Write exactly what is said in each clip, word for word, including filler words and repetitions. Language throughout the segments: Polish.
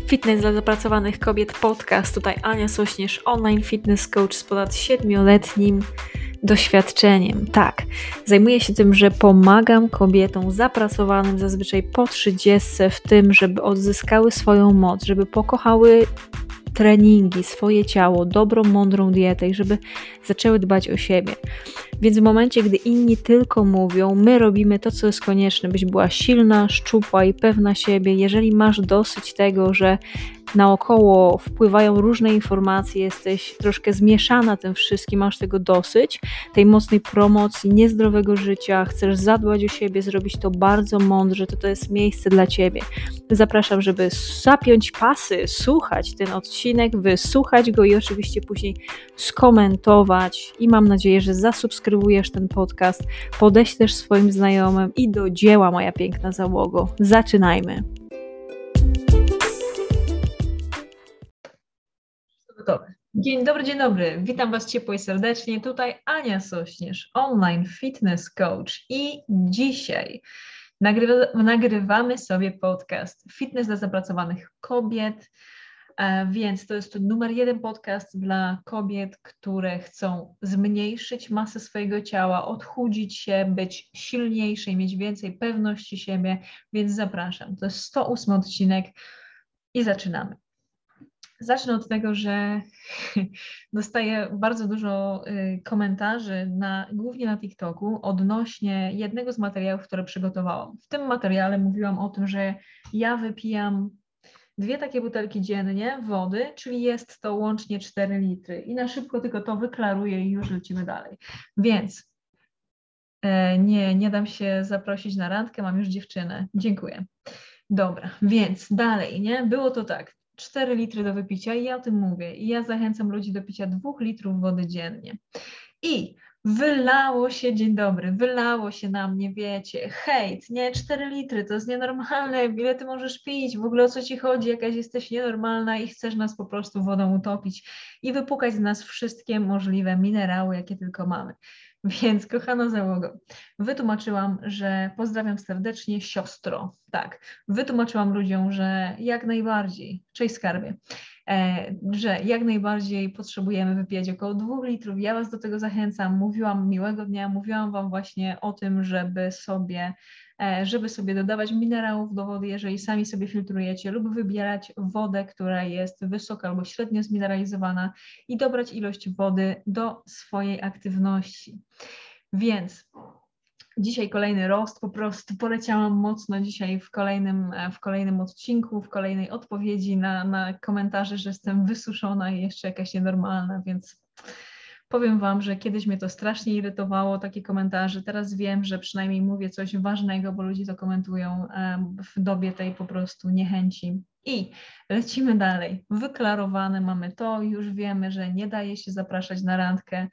Fitness dla zapracowanych kobiet podcast. Tutaj Ania Sośnierz, online fitness coach z ponad siedmioletnim doświadczeniem. Tak, zajmuję się tym, że pomagam kobietom zapracowanym zazwyczaj po trzydziestce w tym, żeby odzyskały swoją moc, żeby pokochały treningi, swoje ciało, dobrą, mądrą dietę i żeby zaczęły dbać o siebie. Więc w momencie, gdy inni tylko mówią, my robimy to, co jest konieczne, byś była silna, szczupła i pewna siebie. Jeżeli masz dosyć tego, że naokoło wpływają różne informacje, jesteś troszkę zmieszana tym wszystkim, masz tego dosyć, tej mocnej promocji, niezdrowego życia, chcesz zadbać o siebie, zrobić to bardzo mądrze, to to jest miejsce dla Ciebie. Zapraszam, żeby zapiąć pasy, słuchać ten odcinek, wysłuchać go i oczywiście później skomentować i mam nadzieję, że zasubskrybujesz ten podcast, podeślesz swoim znajomym i do dzieła, moja piękna załogo. Zaczynajmy. Gotowe. Dzień dobry, dzień dobry. Witam Was ciepło i serdecznie. Tutaj Ania Sośnierz, online fitness coach i dzisiaj nagrywa, nagrywamy sobie podcast Fitness dla zapracowanych kobiet, więc to jest to numer jeden podcast dla kobiet, które chcą zmniejszyć masę swojego ciała, odchudzić się, być silniejszej, mieć więcej pewności siebie, więc zapraszam. To jest sto ósmy odcinek i zaczynamy. Zacznę od tego, że dostaję bardzo dużo komentarzy, na, głównie na TikToku, odnośnie jednego z materiałów, które przygotowałam. W tym materiale mówiłam o tym, że ja wypijam dwie takie butelki dziennie wody, czyli jest to łącznie cztery litry. I na szybko tylko to wyklaruję i już lecimy dalej. Więc e, nie, nie dam się zaprosić na randkę, mam już dziewczynę. Dziękuję. Dobra, więc dalej, nie? Było to tak. cztery litry do wypicia i ja o tym mówię. I ja zachęcam ludzi do picia dwóch litrów wody dziennie. I wylało się, dzień dobry, wylało się na mnie, wiecie, hejt, nie, cztery litry, to jest nienormalne, ile ty możesz pić, w ogóle o co ci chodzi, jakaś jesteś nienormalna i chcesz nas po prostu wodą utopić i wypukać z nas wszystkie możliwe minerały, jakie tylko mamy. Więc kochana załogo, wytłumaczyłam, że pozdrawiam serdecznie siostro, tak, wytłumaczyłam ludziom, że jak najbardziej, cześć skarbie, e, że jak najbardziej potrzebujemy wypijać około dwóch litrów, ja Was do tego zachęcam, mówiłam miłego dnia, mówiłam Wam właśnie o tym, żeby sobie żeby sobie dodawać minerałów do wody, jeżeli sami sobie filtrujecie, lub wybierać wodę, która jest wysoka albo średnio zmineralizowana i dobrać ilość wody do swojej aktywności. Więc dzisiaj kolejny roast, po prostu poleciałam mocno dzisiaj w kolejnym, w kolejnym odcinku, w kolejnej odpowiedzi na, na komentarze, że jestem wysuszona i jeszcze jakaś nienormalna, więc powiem Wam, że kiedyś mnie to strasznie irytowało, takie komentarze. Teraz wiem, że przynajmniej mówię coś ważnego, bo ludzie to komentują w dobie tej po prostu niechęci. I lecimy dalej. Wyklarowane mamy to, już wiemy, że nie daje się zapraszać na randkę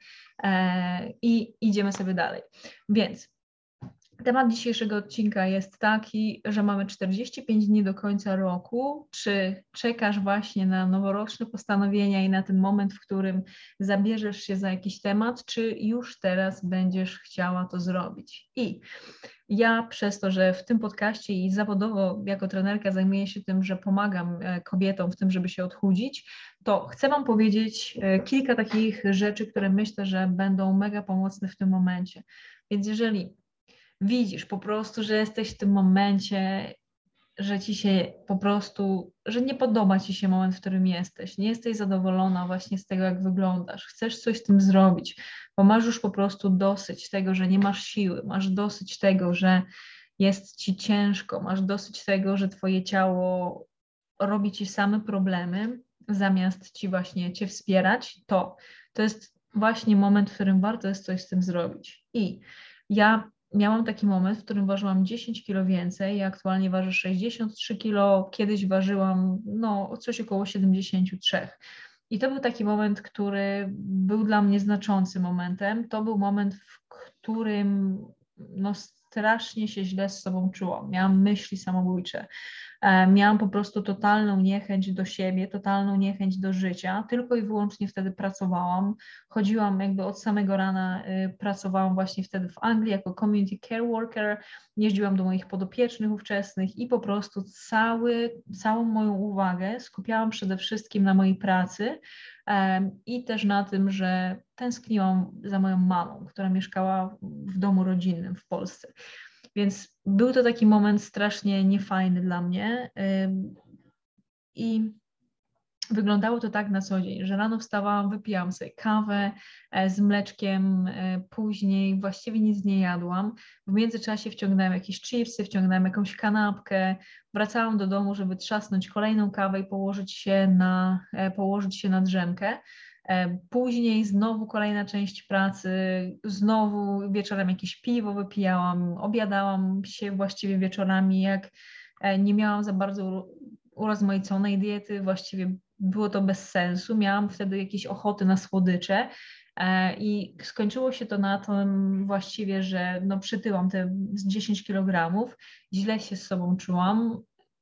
i idziemy sobie dalej. Więc temat dzisiejszego odcinka jest taki, że mamy czterdzieści pięć dni do końca roku. Czy czekasz właśnie na noworoczne postanowienia i na ten moment, w którym zabierzesz się za jakiś temat, czy już teraz będziesz chciała to zrobić? I ja przez to, że w tym podcaście i zawodowo jako trenerka zajmuję się tym, że pomagam kobietom w tym, żeby się odchudzić, to chcę Wam powiedzieć kilka takich rzeczy, które myślę, że będą mega pomocne w tym momencie. Więc jeżeli widzisz po prostu, że jesteś w tym momencie, że ci się po prostu, że nie podoba ci się moment, w którym jesteś, nie jesteś zadowolona właśnie z tego, jak wyglądasz, chcesz coś z tym zrobić, bo masz już po prostu dosyć tego, że nie masz siły, masz dosyć tego, że jest ci ciężko, masz dosyć tego, że twoje ciało robi ci same problemy, zamiast ci właśnie cię wspierać, to to jest właśnie moment, w którym warto jest coś z tym zrobić. I ja miałam taki moment, w którym ważyłam dziesięć kilo więcej, ja aktualnie ważę sześćdziesiąt trzy kilo, kiedyś ważyłam no coś około siedemdziesiąt trzy. I to był taki moment, który był dla mnie znaczącym momentem. To był moment, w którym no strasznie się źle z sobą czułam. Miałam myśli samobójcze. Miałam po prostu totalną niechęć do siebie, totalną niechęć do życia, tylko i wyłącznie wtedy pracowałam. Chodziłam jakby od samego rana, pracowałam właśnie wtedy w Anglii jako community care worker, jeździłam do moich podopiecznych ówczesnych i po prostu cały, całą moją uwagę skupiałam przede wszystkim na mojej pracy i też na tym, że tęskniłam za moją mamą, która mieszkała w domu rodzinnym w Polsce. Więc był to taki moment strasznie niefajny dla mnie i wyglądało to tak na co dzień, że rano wstawałam, wypijałam sobie kawę z mleczkiem, później właściwie nic nie jadłam. W międzyczasie wciągnąłem jakieś chipsy, wciągnąłem jakąś kanapkę, wracałam do domu, żeby trzasnąć kolejną kawę i położyć się na, położyć się na drzemkę. Później znowu kolejna część pracy, znowu wieczorem jakieś piwo wypijałam, obiadałam się właściwie wieczorami, jak nie miałam za bardzo urozmaiconej diety, właściwie było to bez sensu, miałam wtedy jakieś ochoty na słodycze i skończyło się to na tym właściwie, że no przytyłam te z dziesięć kilogramów, źle się z sobą czułam,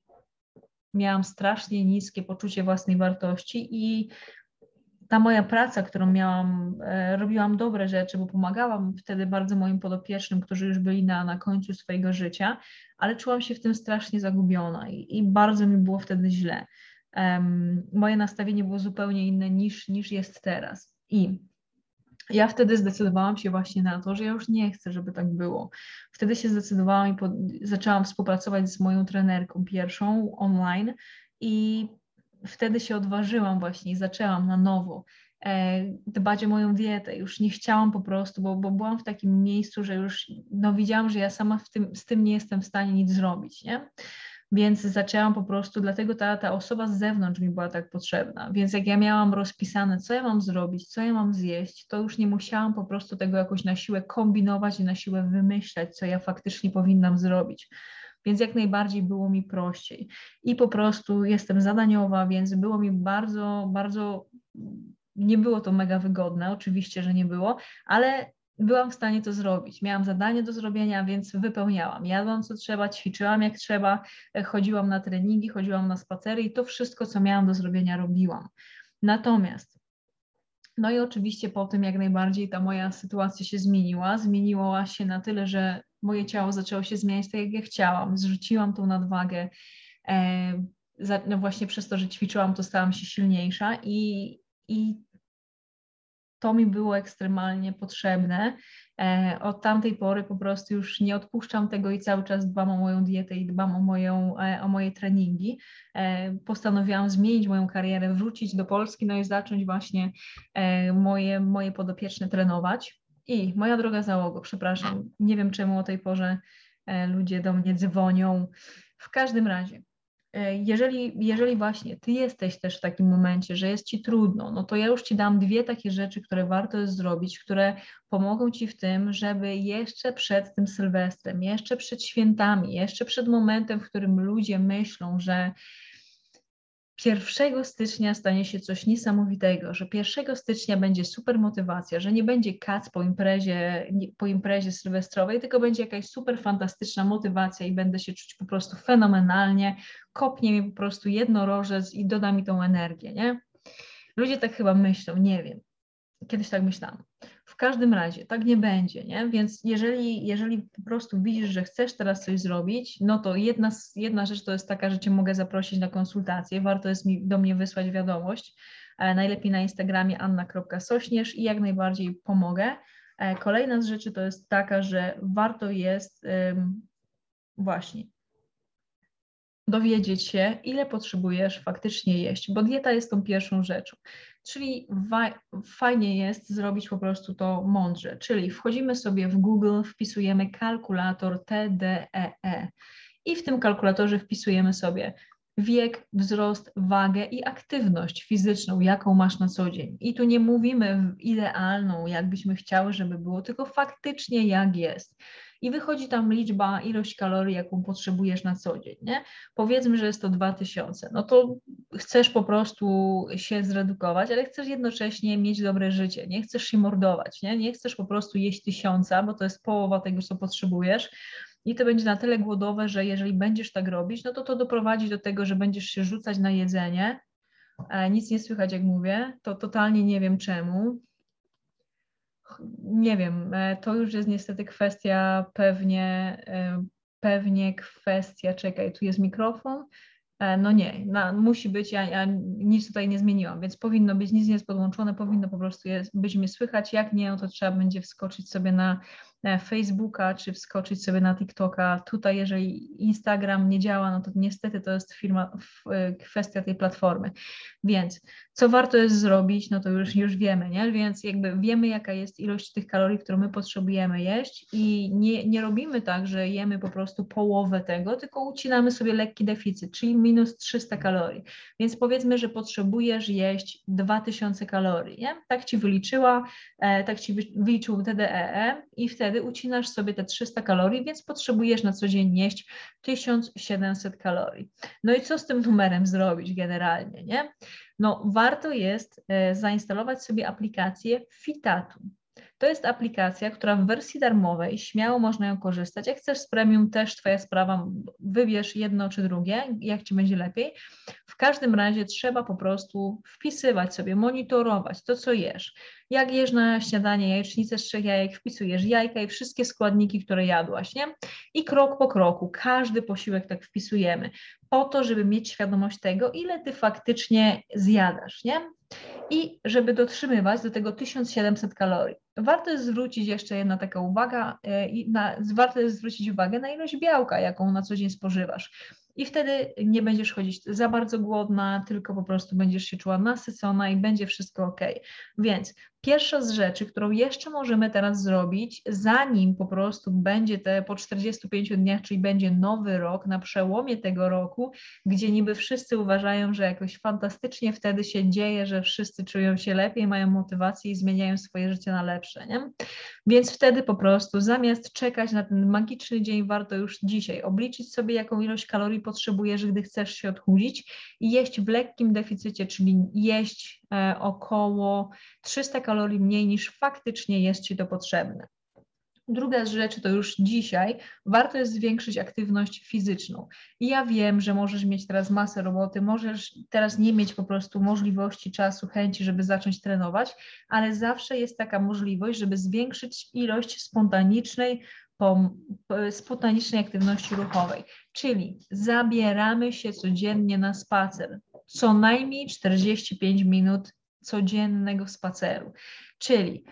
miałam strasznie niskie poczucie własnej wartości i ta moja praca, którą miałam, robiłam dobre rzeczy, bo pomagałam wtedy bardzo moim podopiecznym, którzy już byli na, na końcu swojego życia, ale czułam się w tym strasznie zagubiona i, i bardzo mi było wtedy źle. Um, moje nastawienie było zupełnie inne niż, niż jest teraz. I ja wtedy zdecydowałam się właśnie na to, że ja już nie chcę, żeby tak było. Wtedy się zdecydowałam i po, zaczęłam współpracować z moją trenerką pierwszą online i wtedy się odważyłam właśnie i zaczęłam na nowo e, dbać o moją dietę. Już nie chciałam po prostu, bo, bo byłam w takim miejscu, że już no, widziałam, że ja sama w tym, z tym nie jestem w stanie nic zrobić, nie? Więc zaczęłam po prostu, dlatego ta, ta osoba z zewnątrz mi była tak potrzebna. Więc jak ja miałam rozpisane, co ja mam zrobić, co ja mam zjeść, to już nie musiałam po prostu tego jakoś na siłę kombinować i na siłę wymyślać, co ja faktycznie powinnam zrobić. Więc jak najbardziej było mi prościej. I po prostu jestem zadaniowa, więc było mi bardzo, bardzo, nie było to mega wygodne, oczywiście, że nie było, ale byłam w stanie to zrobić. Miałam zadanie do zrobienia, więc wypełniałam. Jadłam co trzeba, ćwiczyłam jak trzeba, chodziłam na treningi, chodziłam na spacery i to wszystko, co miałam do zrobienia, robiłam. Natomiast no i oczywiście po tym jak najbardziej ta moja sytuacja się zmieniła. Zmieniła się na tyle, że moje ciało zaczęło się zmieniać tak, jak ja chciałam. Zrzuciłam tą nadwagę. E, za, no właśnie przez to, że ćwiczyłam, to stałam się silniejsza i, i to mi było ekstremalnie potrzebne. E, od tamtej pory po prostu już nie odpuszczam tego i cały czas dbam o moją dietę i dbam o, moją, e, o moje treningi. E, postanowiłam zmienić moją karierę, wrócić do Polski, no i zacząć właśnie e, moje, moje podopieczne trenować. I moja droga załogo, przepraszam, nie wiem czemu o tej porze e, ludzie do mnie dzwonią. W każdym razie, Jeżeli, jeżeli właśnie ty jesteś też w takim momencie, że jest ci trudno, no to ja już ci dam dwie takie rzeczy, które warto jest zrobić, które pomogą ci w tym, żeby jeszcze przed tym Sylwestrem, jeszcze przed świętami, jeszcze przed momentem, w którym ludzie myślą, że pierwszego stycznia stanie się coś niesamowitego, że pierwszego stycznia będzie super motywacja, że nie będzie kac po imprezie, po imprezie sylwestrowej, tylko będzie jakaś super fantastyczna motywacja i będę się czuć po prostu fenomenalnie, kopnie mi po prostu jednorożec i doda mi tą energię, nie? Ludzie tak chyba myślą, nie wiem. Kiedyś tak myślałam. W każdym razie tak nie będzie, nie? Więc jeżeli, jeżeli po prostu widzisz, że chcesz teraz coś zrobić, no to jedna, jedna rzecz to jest taka, że cię mogę zaprosić na konsultację. Warto jest mi do mnie wysłać wiadomość. E, najlepiej na Instagramie anna kropka sośnierz i jak najbardziej pomogę. E, kolejna z rzeczy to jest taka, że warto jest ym, właśnie dowiedzieć się, ile potrzebujesz faktycznie jeść, bo dieta jest tą pierwszą rzeczą. Czyli fajnie jest zrobić po prostu to mądrze, czyli wchodzimy sobie w Google, wpisujemy kalkulator T D E E i w tym kalkulatorze wpisujemy sobie wiek, wzrost, wagę i aktywność fizyczną, jaką masz na co dzień. I tu nie mówimy idealną, jakbyśmy chciały, żeby było, tylko faktycznie jak jest. I wychodzi tam liczba, ilość kalorii, jaką potrzebujesz na co dzień, nie? Powiedzmy, że jest to dwa tysiące. No to chcesz po prostu się zredukować, ale chcesz jednocześnie mieć dobre życie. Nie chcesz się mordować, nie? Nie chcesz po prostu jeść tysiąca, bo to jest połowa tego, co potrzebujesz, i to będzie na tyle głodowe, że jeżeli będziesz tak robić, no to to doprowadzi do tego, że będziesz się rzucać na jedzenie. E, nic nie słychać, jak mówię, to totalnie nie wiem czemu. Nie wiem, e, to już jest niestety kwestia pewnie, e, pewnie kwestia, czekaj, tu jest mikrofon. E, No nie, na, musi być, ja, ja nic tutaj nie zmieniłam, więc powinno być, nic nie jest podłączone, powinno po prostu jest, być mnie słychać, jak nie, no to trzeba będzie wskoczyć sobie na e, Facebooka, czy wskoczyć sobie na TikToka. Tutaj jeżeli Instagram nie działa, no to niestety to jest firma, f, e, kwestia tej platformy. Więc co warto jest zrobić, no to już, już wiemy, nie? Więc jakby wiemy, jaka jest ilość tych kalorii, którą my potrzebujemy jeść i nie, nie robimy tak, że jemy po prostu połowę tego, tylko ucinamy sobie lekki deficyt, czyli minus trzysta kalorii. Więc powiedzmy, że potrzebujesz jeść dwa tysiące kalorii, nie? Tak ci wyliczyła, e, tak ci wy, wyliczył T D E E i wtedy ucinasz sobie te trzysta kalorii, więc potrzebujesz na co dzień jeść tysiąc siedemset kalorii. No i co z tym numerem zrobić generalnie, nie? No warto jest e, zainstalować sobie aplikację Fitatu. To jest aplikacja, która w wersji darmowej, śmiało można ją korzystać. Jak chcesz z premium, też twoja sprawa, wybierz jedno czy drugie, jak ci będzie lepiej. W każdym razie trzeba po prostu wpisywać sobie, monitorować to, co jesz. Jak jesz na śniadanie jajecznicę z trzech jajek, wpisujesz jajka i wszystkie składniki, które jadłaś, nie? I krok po kroku, każdy posiłek tak wpisujemy, po to, żeby mieć świadomość tego, ile ty faktycznie zjadasz, nie? I żeby dotrzymywać do tego tysiąc siedemset kalorii. Warto jest zwrócić jeszcze jedna taka uwaga, i na, warto jest zwrócić uwagę na ilość białka, jaką na co dzień spożywasz. I wtedy nie będziesz chodzić za bardzo głodna, tylko po prostu będziesz się czuła nasycona i będzie wszystko ok. Więc pierwsza z rzeczy, którą jeszcze możemy teraz zrobić, zanim po prostu będzie te po czterdziestu pięciu dniach, czyli będzie nowy rok, na przełomie tego roku, gdzie niby wszyscy uważają, że jakoś fantastycznie wtedy się dzieje, że wszyscy czują się lepiej, mają motywację i zmieniają swoje życie na lepsze, nie? Więc wtedy po prostu zamiast czekać na ten magiczny dzień, warto już dzisiaj obliczyć sobie, jaką ilość kalorii potrzebujesz, gdy chcesz się odchudzić i jeść w lekkim deficycie, czyli jeść e, około trzysta kalorii mniej niż faktycznie jest ci to potrzebne. Druga z rzeczy to już dzisiaj warto jest zwiększyć aktywność fizyczną. I ja wiem, że możesz mieć teraz masę roboty, możesz teraz nie mieć po prostu możliwości, czasu, chęci, żeby zacząć trenować, ale zawsze jest taka możliwość, żeby zwiększyć ilość spontanicznej, po, spontanicznej aktywności ruchowej. Czyli zabieramy się codziennie na spacer, co najmniej czterdzieści pięć minut codziennego spaceru. Czyli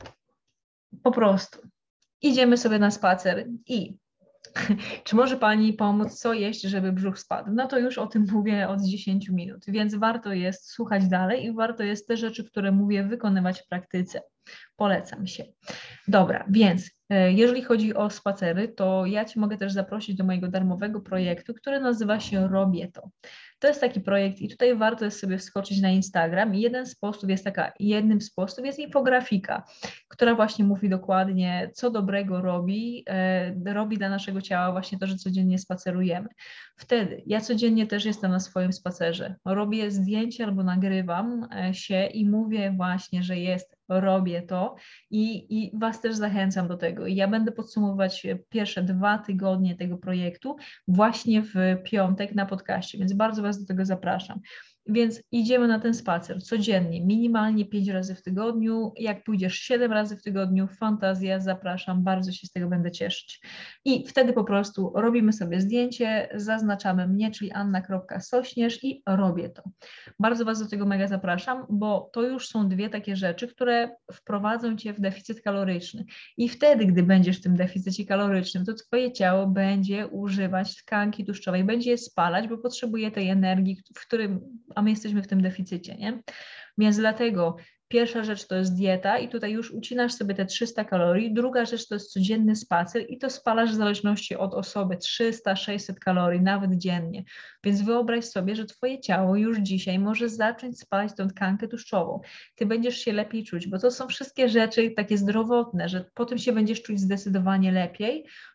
po prostu idziemy sobie na spacer i czy może Pani pomóc, co jeść, żeby brzuch spadł? No to już o tym mówię od dziesięciu minut, więc warto jest słuchać dalej i warto jest te rzeczy, które mówię, wykonywać w praktyce. Polecam się. Dobra, więc jeżeli chodzi o spacery, to ja Ci mogę też zaprosić do mojego darmowego projektu, który nazywa się Robię to. To jest taki projekt i tutaj warto jest sobie wskoczyć na Instagram i jeden sposób jest taka, jednym z postów jest infografika, która właśnie mówi dokładnie, co dobrego robi, e, robi dla naszego ciała właśnie to, że codziennie spacerujemy. Wtedy ja codziennie też jestem na swoim spacerze, robię zdjęcia albo nagrywam się i mówię właśnie, że jest, robię to i, i Was też zachęcam do tego. I ja będę podsumowywać pierwsze dwa tygodnie tego projektu właśnie w piątek na podcaście, więc bardzo Was do tego zapraszam. Więc idziemy na ten spacer codziennie, minimalnie pięć razy w tygodniu. Jak pójdziesz siedem razy w tygodniu, fantazja, zapraszam, bardzo się z tego będę cieszyć. I wtedy po prostu robimy sobie zdjęcie, zaznaczamy mnie, czyli anna kropka sośnierz i robię to. Bardzo Was do tego mega zapraszam, bo to już są dwie takie rzeczy, które wprowadzą Cię w deficyt kaloryczny. I wtedy, gdy będziesz w tym deficycie kalorycznym, to Twoje ciało będzie używać tkanki tłuszczowej, będzie je spalać, bo potrzebuje tej energii, w którym, a my jesteśmy w tym deficycie, nie? Więc dlatego pierwsza rzecz to jest dieta i tutaj już ucinasz sobie te trzysta kalorii. Druga rzecz to jest codzienny spacer i to spalasz w zależności od osoby trzysta sześćset kalorii nawet dziennie. Więc wyobraź sobie, że Twoje ciało już dzisiaj może zacząć spalać tą tkankę tłuszczową. Ty będziesz się lepiej czuć, bo to są wszystkie rzeczy takie zdrowotne, że potem się będziesz czuć zdecydowanie lepiej.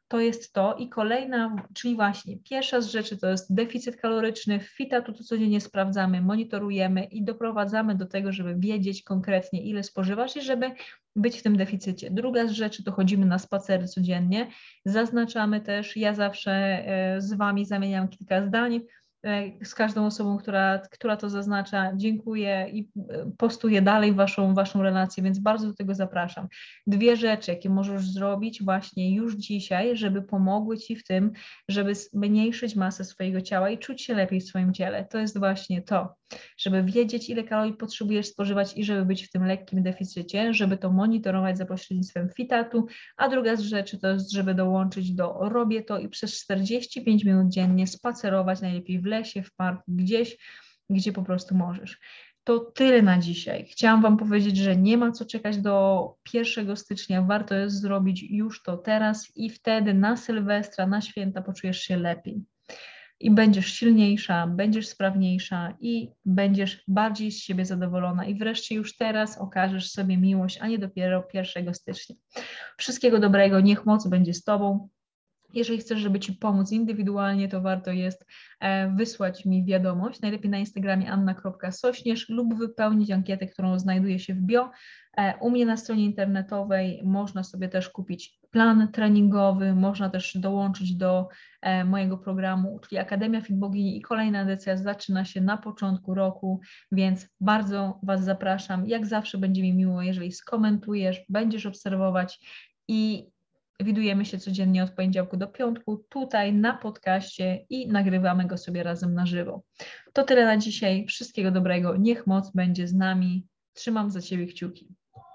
to jest to. I kolejna, czyli właśnie pierwsza z rzeczy to jest deficyt kaloryczny. W Fitatu to codziennie sprawdzamy, monitorujemy i doprowadzamy do tego, żeby wiedzieć konkretnie, ile spożywasz i żeby być w tym deficycie. Druga z rzeczy to chodzimy na spacery codziennie, zaznaczamy też, ja zawsze z Wami zamieniam kilka zdań z każdą osobą, która, która to zaznacza. Dziękuję i postuję dalej waszą, waszą relację, więc bardzo do tego zapraszam. Dwie rzeczy, jakie możesz zrobić właśnie już dzisiaj, żeby pomogły Ci w tym, żeby zmniejszyć masę swojego ciała i czuć się lepiej w swoim ciele. To jest właśnie to, żeby wiedzieć, ile kalorii potrzebujesz spożywać i żeby być w tym lekkim deficycie, żeby to monitorować za pośrednictwem Fitatu, a druga z rzeczy to jest, żeby dołączyć do robię to i przez czterdzieści pięć minut dziennie spacerować, najlepiej w lesie, w parku, gdzieś, gdzie po prostu możesz. To tyle na dzisiaj. Chciałam Wam powiedzieć, że nie ma co czekać do pierwszego stycznia, warto jest zrobić już to teraz i wtedy na Sylwestra, na święta poczujesz się lepiej. I będziesz silniejsza, będziesz sprawniejsza i będziesz bardziej z siebie zadowolona i wreszcie już teraz okażesz sobie miłość, a nie dopiero pierwszego stycznia. Wszystkiego dobrego, niech moc będzie z Tobą. Jeżeli chcesz, żeby Ci pomóc indywidualnie, to warto jest wysłać mi wiadomość, najlepiej na Instagramie anna kropka sośnierz lub wypełnić ankietę, którą znajduje się w bio. U mnie na stronie internetowej można sobie też kupić plan treningowy, można też dołączyć do mojego programu, czyli Akademia Fit Bogini i kolejna edycja zaczyna się na początku roku, więc bardzo Was zapraszam. Jak zawsze będzie mi miło, jeżeli skomentujesz, będziesz obserwować i widujemy się codziennie od poniedziałku do piątku tutaj na podcaście i nagrywamy go sobie razem na żywo. To tyle na dzisiaj. Wszystkiego dobrego. Niech moc będzie z nami. Trzymam za Ciebie kciuki.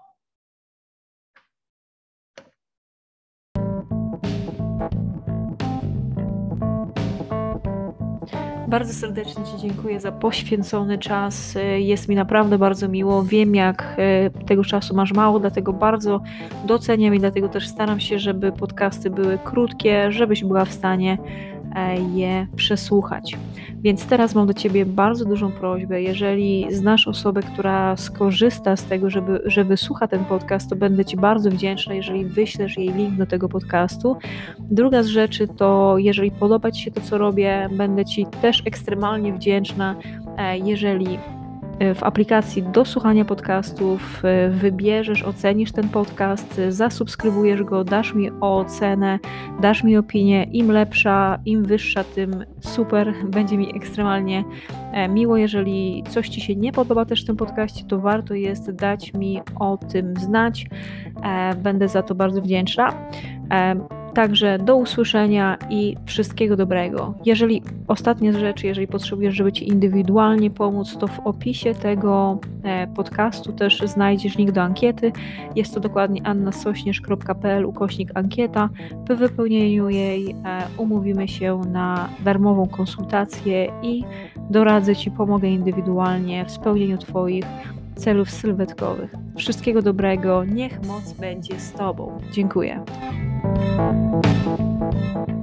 Bardzo serdecznie Ci dziękuję za poświęcony czas. Jest mi naprawdę bardzo miło. Wiem, jak tego czasu masz mało, dlatego bardzo doceniam i dlatego też staram się, żeby podcasty były krótkie, żebyś była w stanie je przesłuchać. Więc teraz mam do Ciebie bardzo dużą prośbę. Jeżeli znasz osobę, która skorzysta z tego, żeby, że wysłucha ten podcast, to będę Ci bardzo wdzięczna, jeżeli wyślesz jej link do tego podcastu. Druga z rzeczy to, jeżeli podoba Ci się to, co robię, będę Ci też ekstremalnie wdzięczna, jeżeli w aplikacji do słuchania podcastów wybierzesz, ocenisz ten podcast, zasubskrybujesz go, dasz mi ocenę, dasz mi opinię. Im lepsza, im wyższa, tym super. Będzie mi ekstremalnie miło. Jeżeli coś Ci się nie podoba też w tym podcaście, to warto jest dać mi o tym znać. Będę za to bardzo wdzięczna. Także do usłyszenia i wszystkiego dobrego. Jeżeli ostatnia rzecz, jeżeli potrzebujesz, żeby Ci indywidualnie pomóc, to w opisie tego podcastu też znajdziesz link do ankiety. Jest to dokładnie annasośnierz kropka p l ukośnik ankieta. Po wypełnieniu jej umówimy się na darmową konsultację i doradzę Ci, pomogę indywidualnie w spełnieniu Twoich celów sylwetkowych. Wszystkiego dobrego, niech moc będzie z Tobą. Dziękuję. Thank you.